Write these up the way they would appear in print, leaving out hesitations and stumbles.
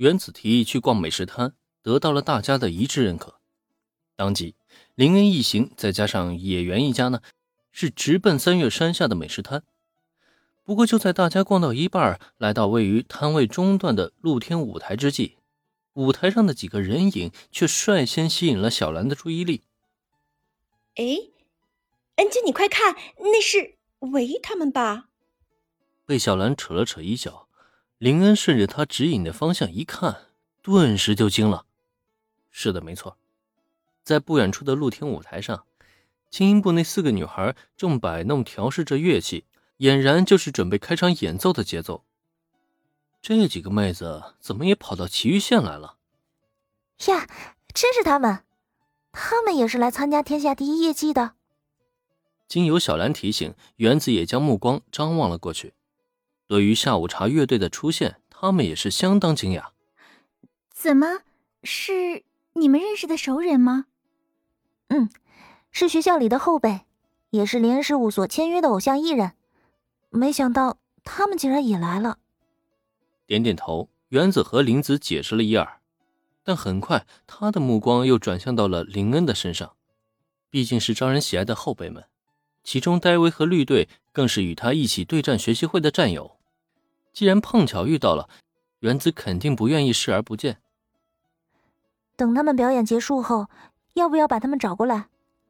原子提议去逛美食摊，得到了大家的一致认可。当即，林恩一行再加上野原一家呢，是直奔三月山下的美食摊。不过就在大家逛到一半，来到位于摊位中段的露天舞台之际，舞台上的几个人影却率先吸引了小兰的注意力。 诶，恩姐你快看，那是维他们吧？ 被小兰扯了扯衣角，林恩顺着她指引的方向一看，顿时就惊了。是的，没错，在不远处的露天舞台上，轻音部那4个女孩正摆弄调试着乐器，俨然就是准备开场演奏的节奏。这几个妹子怎么也跑到奇遇县来了？ 呀，真是她们也是来参加天下第一业绩的。 经由小兰提醒，原子也将目光张望了过去。对于下午茶乐队的出现，他们也是相当惊讶。 怎么，是你们认识的熟人吗？ 是学校里的后辈，也是林恩事务所签约的偶像艺人。没想到他们竟然也来了。 点点头，原子和林子解释了一二，但很快他的目光又转向到了林恩的身上。毕竟是招人喜爱的后辈们，其中戴维和绿队更是与他一起对战学习会的战友。既然碰巧遇到了，原子肯定不愿意视而不见。 等他们表演结束后，要不要把他们找过来？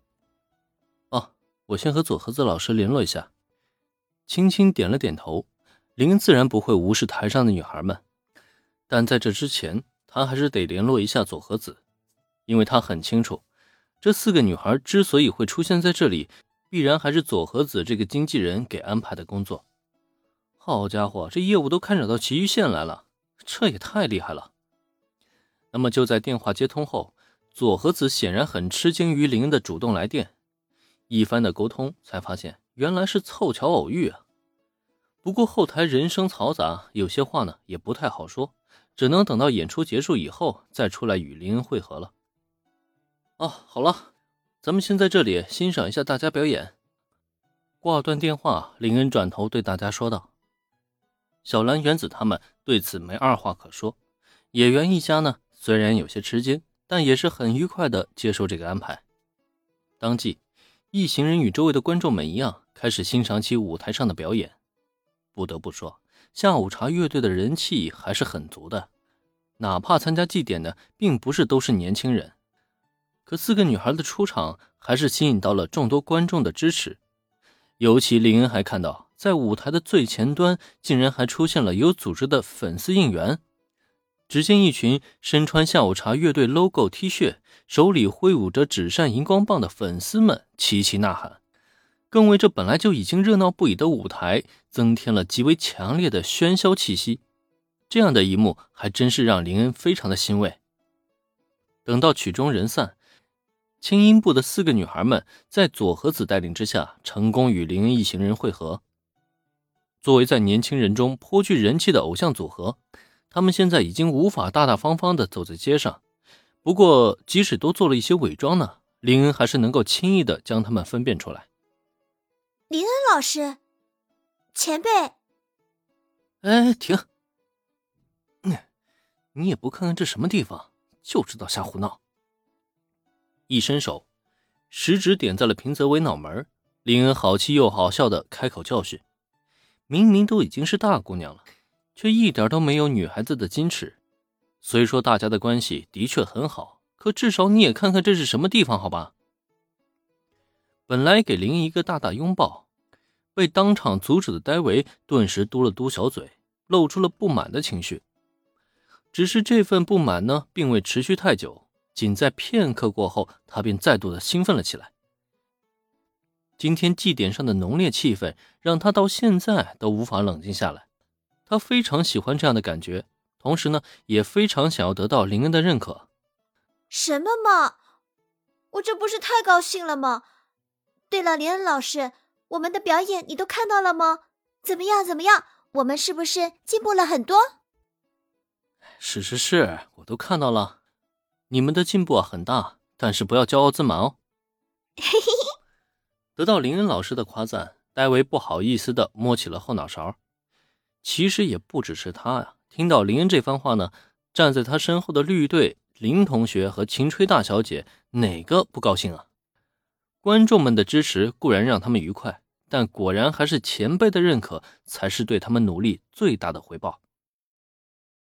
我先和佐和子老师联络一下。轻轻点了点头，林恩自然不会无视台上的女孩们，但在这之前，他还是得联络一下佐和子，因为他很清楚，这4个女孩之所以会出现在这里，必然还是佐和子这个经纪人给安排的工作。好家伙，这业务都开展到奇遇县来了，这也太厉害了。那么就在电话接通后，佐和子显然很吃惊于林恩的主动来电，一番的沟通才发现原来是凑巧偶遇啊。不过后台人声嘈杂，有些话呢也不太好说，只能等到演出结束以后再出来与林恩会合了。好了，咱们先在这里欣赏一下大家表演。挂断电话，林恩转头对大家说道。小兰、原子他们对此没二话可说，野原一家呢虽然有些吃惊，但也是很愉快地接受这个安排。当即一行人与周围的观众们一样，开始欣赏起舞台上的表演。不得不说，下午茶乐队的人气还是很足的，哪怕参加祭典的并不是都是年轻人。可4个女孩的出场还是吸引到了众多观众的支持。尤其林恩还看到，在舞台的最前端竟然还出现了有组织的粉丝应援。只见一群身穿下午茶乐队 logo T 恤，手里挥舞着纸扇荧光棒的粉丝们齐齐呐喊，更为这本来就已经热闹不已的舞台增添了极为强烈的喧嚣气息。这样的一幕还真是让林恩非常的欣慰。等到曲终人散，轻音部的4个女孩们在佐和子带领之下，成功与林恩一行人会合。作为在年轻人中颇具人气的偶像组合，他们现在已经无法大大方方地走在街上。不过即使都做了一些伪装呢，林恩还是能够轻易地将他们分辨出来。 林恩老师，前辈。 停！你也不看看这什么地方，就知道瞎胡闹。一伸手，食指点在了平泽唯脑门，林恩好气又好笑地开口教训。明明都已经是大姑娘了，却一点都没有女孩子的矜持。虽说大家的关系的确很好，可至少你也看看这是什么地方好吧。本来给林恩一个大大拥抱，被当场阻止的戴维顿时嘟了嘟小嘴，露出了不满的情绪。只是这份不满呢，并未持续太久，仅在片刻过后，他便再度的兴奋了起来。今天祭典上的浓烈气氛让他到现在都无法冷静下来，他非常喜欢这样的感觉，同时呢，也非常想要得到林恩的认可。 什么嘛，我这不是太高兴了吗？对了，林恩老师，我们的表演你都看到了吗？怎么样？我们是不是进步了很多？ 是，我都看到了，你们的进步很大，但是不要骄傲自满哦。得到林恩老师的夸赞，戴维不好意思地摸起了后脑勺。其实也不只是他呀，听到林恩这番话呢， 站在他身后的绿队林同学和秦吹大小姐哪个不高兴啊？观众们的支持固然让他们愉快，但果然还是前辈的认可才是对他们努力最大的回报。